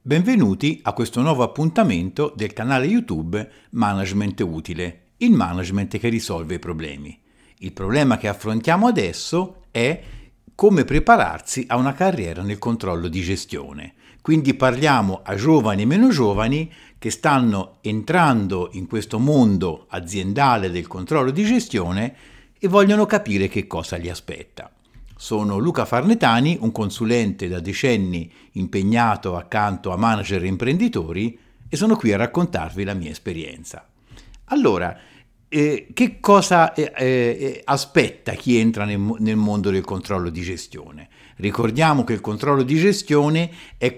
Benvenuti a questo nuovo appuntamento del canale YouTube Management Utile, il management che risolve i problemi. Il problema che affrontiamo adesso è come prepararsi a una carriera nel controllo di gestione. Quindi parliamo a giovani e meno giovani che stanno entrando in questo mondo aziendale del controllo di gestione e vogliono capire che cosa li aspetta. Sono Luca Farnetani, un consulente da decenni impegnato accanto a manager e imprenditori e sono qui a raccontarvi la mia esperienza. Allora, che cosa aspetta chi entra nel mondo del controllo di gestione? Ricordiamo che il controllo di gestione è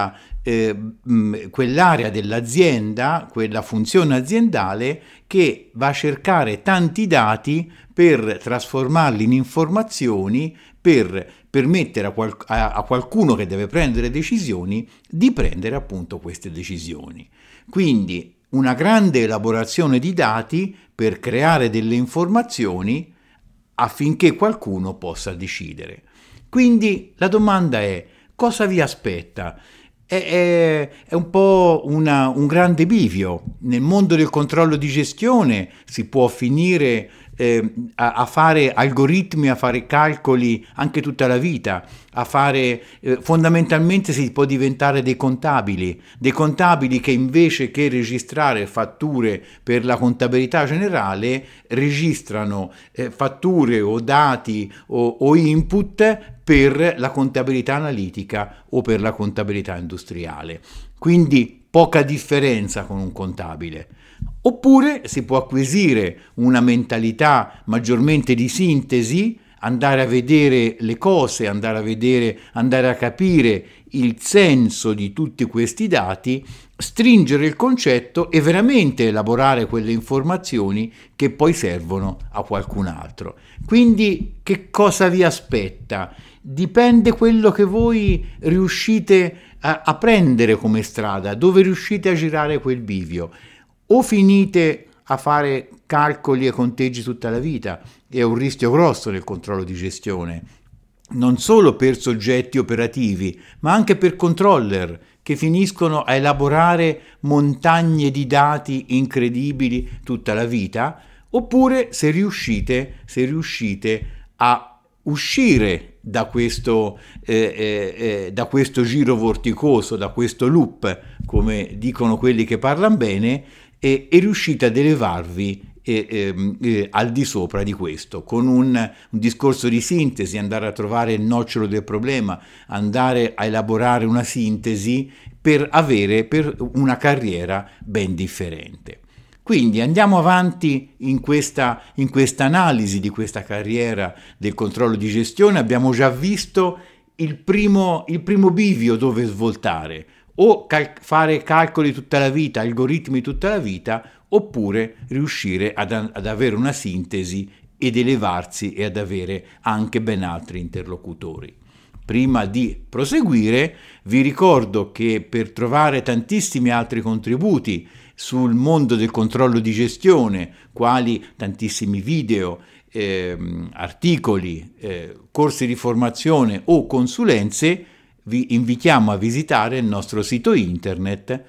quell'area dell'azienda, quella funzione aziendale che va a cercare tanti dati per trasformarli in informazioni, per permettere a qualcuno che deve prendere decisioni di prendere appunto queste decisioni. Quindi una grande elaborazione di dati per creare delle informazioni affinché qualcuno possa decidere. Quindi la domanda è: cosa vi aspetta? È un po' un grande bivio. Nel mondo del controllo di gestione si può finire a fare algoritmi, a fare calcoli anche tutta la vita, fondamentalmente si può diventare dei contabili che invece che registrare fatture per la contabilità generale registrano fatture o dati o input per la contabilità analitica o per la contabilità industriale. Quindi poca differenza con un contabile. Oppure si può acquisire una mentalità maggiormente di sintesi, andare a vedere le cose, andare a capire il senso di tutti questi dati, stringere il concetto e veramente elaborare quelle informazioni che poi servono a qualcun altro. Quindi che cosa vi aspetta? Dipende quello che voi riuscite a prendere come strada, dove riuscite a girare quel bivio. O finite a fare calcoli e conteggi tutta la vita, è un rischio grosso nel controllo di gestione, non solo per soggetti operativi, ma anche per controller che finiscono a elaborare montagne di dati incredibili tutta la vita, oppure se riuscite a uscire da questo giro vorticoso, da questo loop, come dicono quelli che parlano bene, e riuscite ad elevarvi al di sopra di questo, con un discorso di sintesi, andare a trovare il nocciolo del problema, andare a elaborare una sintesi per una carriera ben differente. Quindi andiamo avanti in questa analisi di questa carriera del controllo di gestione. Abbiamo già visto il primo bivio dove svoltare: o fare calcoli tutta la vita, algoritmi tutta la vita, oppure riuscire ad avere una sintesi ed elevarsi e ad avere anche ben altri interlocutori. Prima di proseguire, vi ricordo che per trovare tantissimi altri contributi sul mondo del controllo di gestione, quali tantissimi video, articoli, corsi di formazione o consulenze, vi invitiamo a visitare il nostro sito internet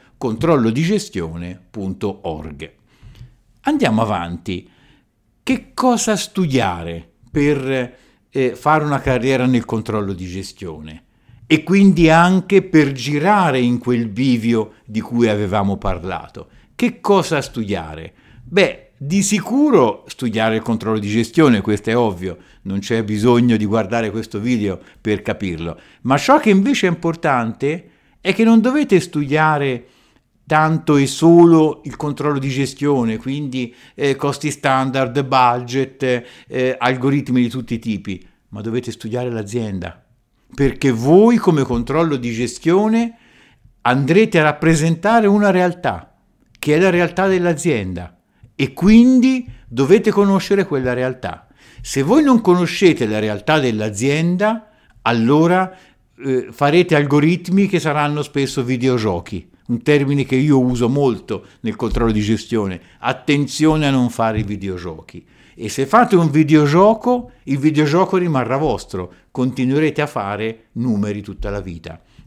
controllodigestione.org. Andiamo avanti. Che cosa studiare per fare una carriera nel controllo di gestione? E quindi anche per girare in quel bivio di cui avevamo parlato. Che cosa studiare? Di sicuro studiare il controllo di gestione, questo è ovvio, non c'è bisogno di guardare questo video per capirlo, ma ciò che invece è importante è che non dovete studiare tanto e solo il controllo di gestione, quindi costi standard, budget, algoritmi di tutti i tipi, ma dovete studiare l'azienda, perché voi come controllo di gestione andrete a rappresentare una realtà, che è la realtà dell'azienda. E quindi dovete conoscere quella realtà. Se voi non conoscete la realtà dell'azienda, allora farete algoritmi che saranno spesso videogiochi, un termine che io uso molto nel controllo di gestione. Attenzione a non fare i videogiochi. E se fate un videogioco, il videogioco rimarrà vostro, continuerete a fare numeri tutta la vita.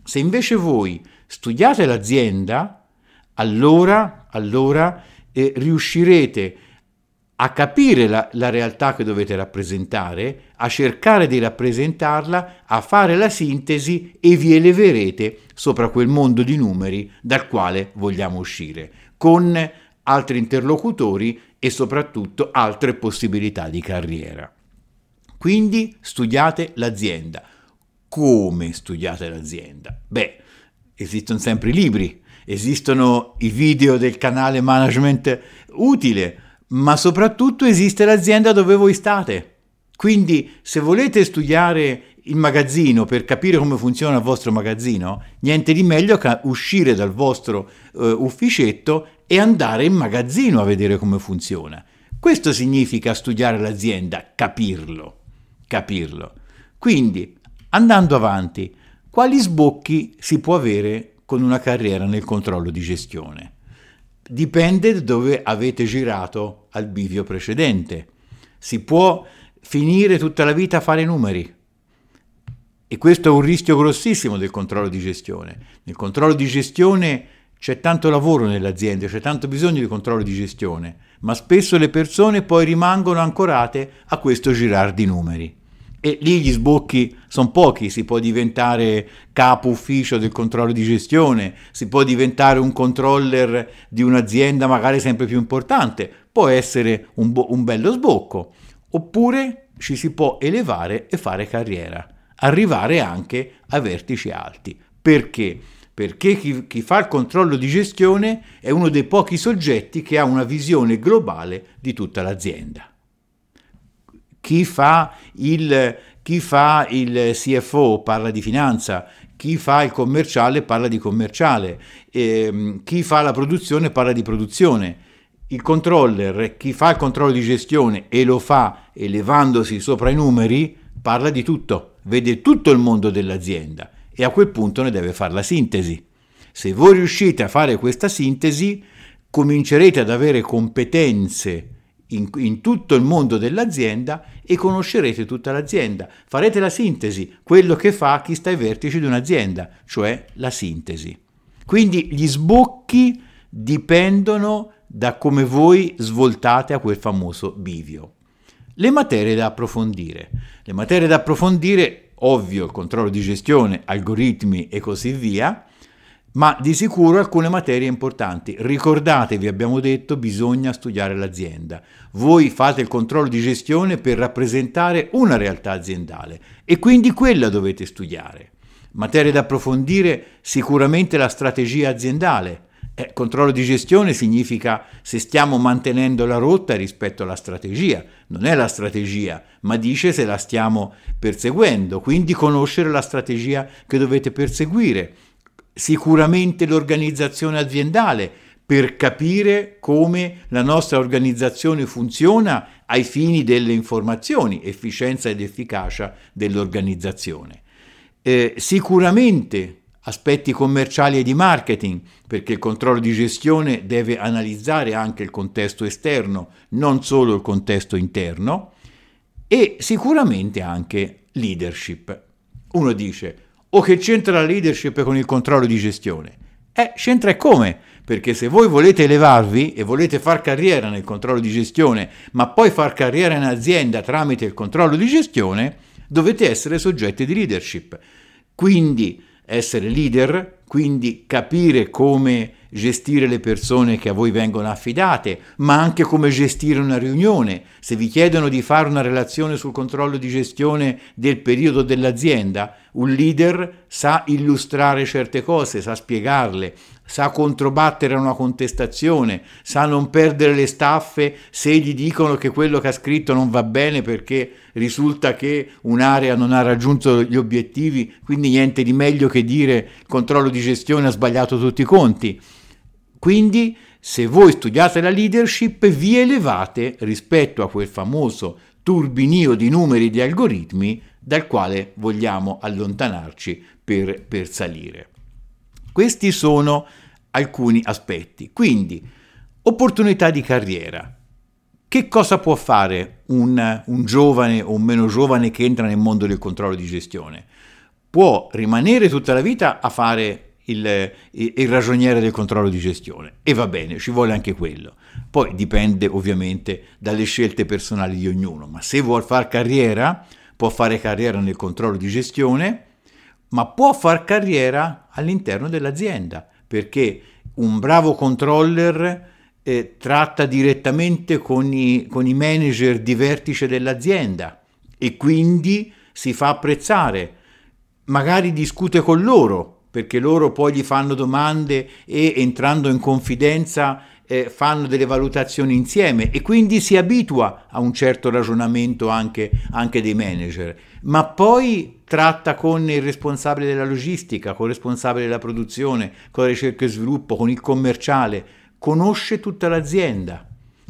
Se invece voi studiate l'azienda, allora riuscirete a capire la realtà che dovete rappresentare, a cercare di rappresentarla, a fare la sintesi e vi eleverete sopra quel mondo di numeri dal quale vogliamo uscire, con altri interlocutori e soprattutto altre possibilità di carriera. Quindi studiate l'azienda. Come studiate l'azienda? Esistono sempre i libri, esistono i video del canale Management Utile, ma soprattutto esiste l'azienda dove voi state. Quindi se volete studiare il magazzino per capire come funziona il vostro magazzino, niente di meglio che uscire dal vostro ufficetto e andare in magazzino a vedere come funziona. Questo significa studiare l'azienda, capirlo. Quindi, andando avanti, quali sbocchi si può avere con una carriera nel controllo di gestione? Dipende da dove avete girato al bivio precedente. Si può finire tutta la vita a fare numeri e questo è un rischio grossissimo del controllo di gestione. Nel controllo di gestione c'è tanto lavoro nelle aziende, c'è tanto bisogno di controllo di gestione, ma spesso le persone poi rimangono ancorate a questo girar di numeri. E lì gli sbocchi sono pochi, si può diventare capo ufficio del controllo di gestione, si può diventare un controller di un'azienda magari sempre più importante, può essere un bello sbocco, oppure ci si può elevare e fare carriera, arrivare anche a vertici alti. Perché? Perché chi fa il controllo di gestione è uno dei pochi soggetti che ha una visione globale di tutta l'azienda. Chi fa il CFO parla di finanza, chi fa il commerciale parla di commerciale, chi fa la produzione parla di produzione. Il controller, chi fa il controllo di gestione e lo fa elevandosi sopra i numeri, parla di tutto, vede tutto il mondo dell'azienda e a quel punto ne deve fare la sintesi. Se voi riuscite a fare questa sintesi, comincerete ad avere competenze in tutto il mondo dell'azienda e conoscerete tutta l'azienda. Farete la sintesi, quello che fa chi sta ai vertici di un'azienda, cioè la sintesi. Quindi gli sbocchi dipendono da come voi svoltate a quel famoso bivio. Le materie da approfondire. Le materie da approfondire, ovvio, il controllo di gestione, algoritmi e così via, ma di sicuro alcune materie importanti. Ricordatevi, abbiamo detto, bisogna studiare l'azienda. Voi fate il controllo di gestione per rappresentare una realtà aziendale e quindi quella dovete studiare. Materie da approfondire, sicuramente la strategia aziendale. Controllo di gestione significa se stiamo mantenendo la rotta rispetto alla strategia. Non è la strategia, ma dice se la stiamo perseguendo, quindi conoscere la strategia che dovete perseguire. Sicuramente l'organizzazione aziendale per capire come la nostra organizzazione funziona ai fini delle informazioni, efficienza ed efficacia dell'organizzazione. Sicuramente aspetti commerciali e di marketing, perché il controllo di gestione deve analizzare anche il contesto esterno, non solo il contesto interno, e sicuramente anche leadership. Uno dice: che c'entra la leadership con il controllo di gestione? C'entra e come? Perché se voi volete elevarvi e volete far carriera nel controllo di gestione, ma poi far carriera in azienda tramite il controllo di gestione, dovete essere soggetti di leadership. Quindi essere leader, quindi capire come gestire le persone che a voi vengono affidate, ma anche come gestire una riunione. Se vi chiedono di fare una relazione sul controllo di gestione del periodo dell'azienda, un leader sa illustrare certe cose, sa spiegarle, sa controbattere a una contestazione, sa non perdere le staffe se gli dicono che quello che ha scritto non va bene perché risulta che un'area non ha raggiunto gli obiettivi, quindi niente di meglio che dire il controllo di gestione ha sbagliato tutti i conti. Quindi se voi studiate la leadership vi elevate rispetto a quel famoso turbinio di numeri e di algoritmi dal quale vogliamo allontanarci per salire. Questi sono alcuni aspetti. Quindi, opportunità di carriera. Che cosa può fare un giovane o un meno giovane che entra nel mondo del controllo di gestione? può rimanere tutta la vita a fare il ragioniere del controllo di gestione, e va bene, ci vuole anche quello. Poi dipende ovviamente dalle scelte personali di ognuno, ma se vuol fare carriera, può fare carriera nel controllo di gestione, ma può far carriera all'interno dell'azienda, perché un bravo controller tratta direttamente con i manager di vertice dell'azienda e quindi si fa apprezzare, magari discute con loro, perché loro poi gli fanno domande e, entrando in confidenza, fanno delle valutazioni insieme, e quindi si abitua a un certo ragionamento anche dei manager, ma poi tratta con il responsabile della logistica, con il responsabile della produzione, con la ricerca e sviluppo, con il commerciale, conosce tutta l'azienda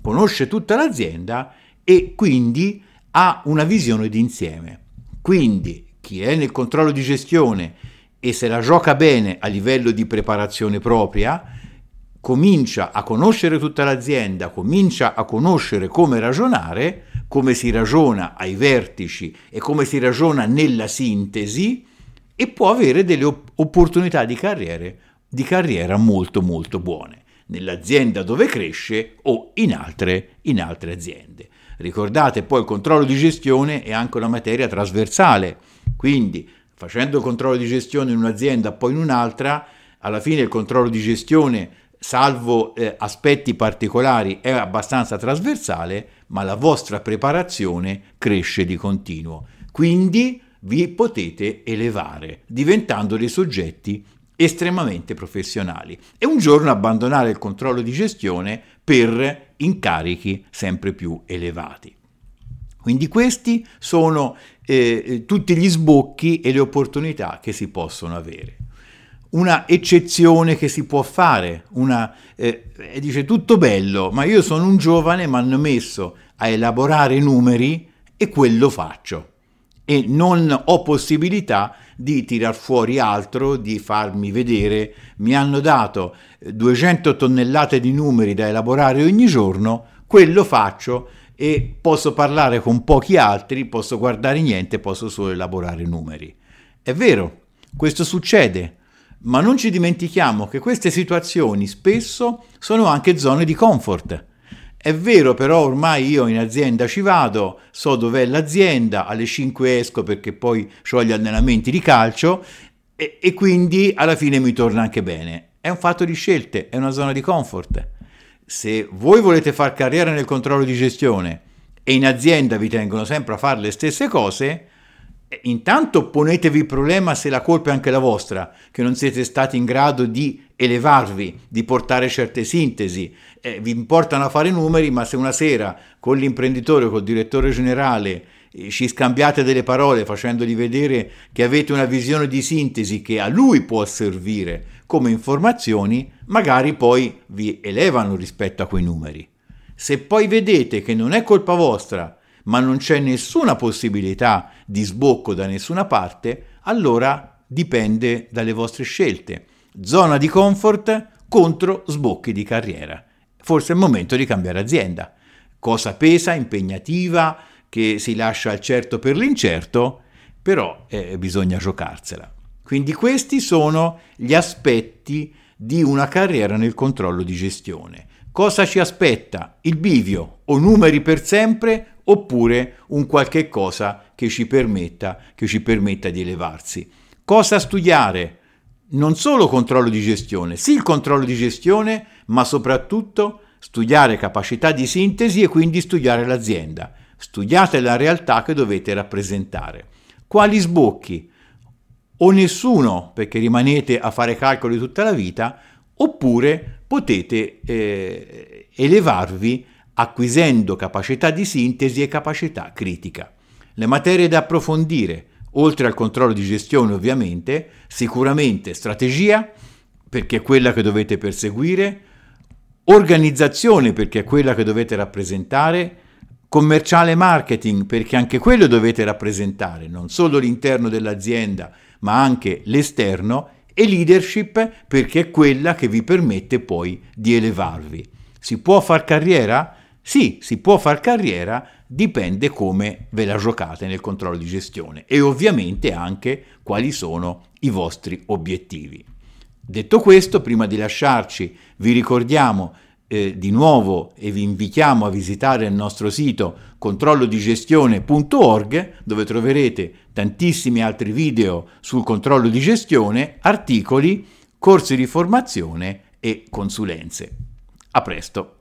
e quindi ha una visione d'insieme. Quindi chi è nel controllo di gestione e se la gioca bene a livello di preparazione propria, comincia a conoscere tutta l'azienda, comincia a conoscere come ragionare, come si ragiona ai vertici e come si ragiona nella sintesi, e può avere delle opportunità di carriera molto molto buone nell'azienda dove cresce o in altre aziende. Ricordate, poi il controllo di gestione è anche una materia trasversale, quindi facendo il controllo di gestione in un'azienda poi in un'altra, alla fine il controllo di gestione, salvo aspetti particolari, è abbastanza trasversale, ma la vostra preparazione cresce di continuo. Quindi vi potete elevare diventando dei soggetti estremamente professionali e un giorno abbandonare il controllo di gestione per incarichi sempre più elevati. Quindi questi sono tutti gli sbocchi e le opportunità che si possono avere. Una eccezione che si può fare, dice tutto bello, ma io sono un giovane, mi hanno messo a elaborare numeri e quello faccio e non ho possibilità di tirar fuori altro, di farmi vedere. Mi hanno dato 200 tonnellate di numeri da elaborare ogni giorno, quello faccio e posso parlare con pochi altri, posso guardare niente, posso solo elaborare numeri. È vero, questo succede, ma non ci dimentichiamo che queste situazioni spesso sono anche zone di comfort. È vero, però ormai io in azienda ci vado, so dov'è l'azienda, alle 5 esco perché poi ho gli allenamenti di calcio e quindi alla fine mi torna anche bene. È un fatto di scelte, è una zona di comfort. Se voi volete fare carriera nel controllo di gestione e in azienda vi tengono sempre a fare le stesse cose, intanto ponetevi il problema se la colpa è anche la vostra, che non siete stati in grado di elevarvi, di portare certe sintesi. Vi importano a fare numeri, ma se una sera con l'imprenditore, col direttore generale, ci scambiate delle parole facendogli vedere che avete una visione di sintesi che a lui può servire come informazioni, magari poi vi elevano rispetto a quei numeri. Se poi vedete che non è colpa vostra, ma non c'è nessuna possibilità di sbocco da nessuna parte, allora dipende dalle vostre scelte. Zona di comfort contro sbocchi di carriera. Forse è il momento di cambiare azienda. Cosa pesa, impegnativa, che si lascia il certo per l'incerto, però bisogna giocarsela. Quindi questi sono gli aspetti di una carriera nel controllo di gestione. Cosa ci aspetta? Il bivio o numeri per sempre, oppure un qualche cosa che ci permetta di elevarsi. Cosa studiare? Non solo controllo di gestione, sì il controllo di gestione, ma soprattutto studiare capacità di sintesi e quindi studiare l'azienda. Studiate la realtà che dovete rappresentare. Quali sbocchi? O nessuno, perché rimanete a fare calcoli tutta la vita, oppure potete elevarvi acquisendo capacità di sintesi e capacità critica. Le materie da approfondire, oltre al controllo di gestione ovviamente, sicuramente strategia, perché è quella che dovete perseguire, organizzazione, perché è quella che dovete rappresentare, commerciale marketing, perché anche quello dovete rappresentare, non solo l'interno dell'azienda, ma anche l'esterno, e leadership, perché è quella che vi permette poi di elevarvi. Si può far carriera? Sì, si può far carriera, dipende come ve la giocate nel controllo di gestione e ovviamente anche quali sono i vostri obiettivi. Detto questo, prima di lasciarci, vi ricordiamo di nuovo e vi invitiamo a visitare il nostro sito controllodigestione.org, dove troverete tantissimi altri video sul controllo di gestione, articoli, corsi di formazione e consulenze. A presto!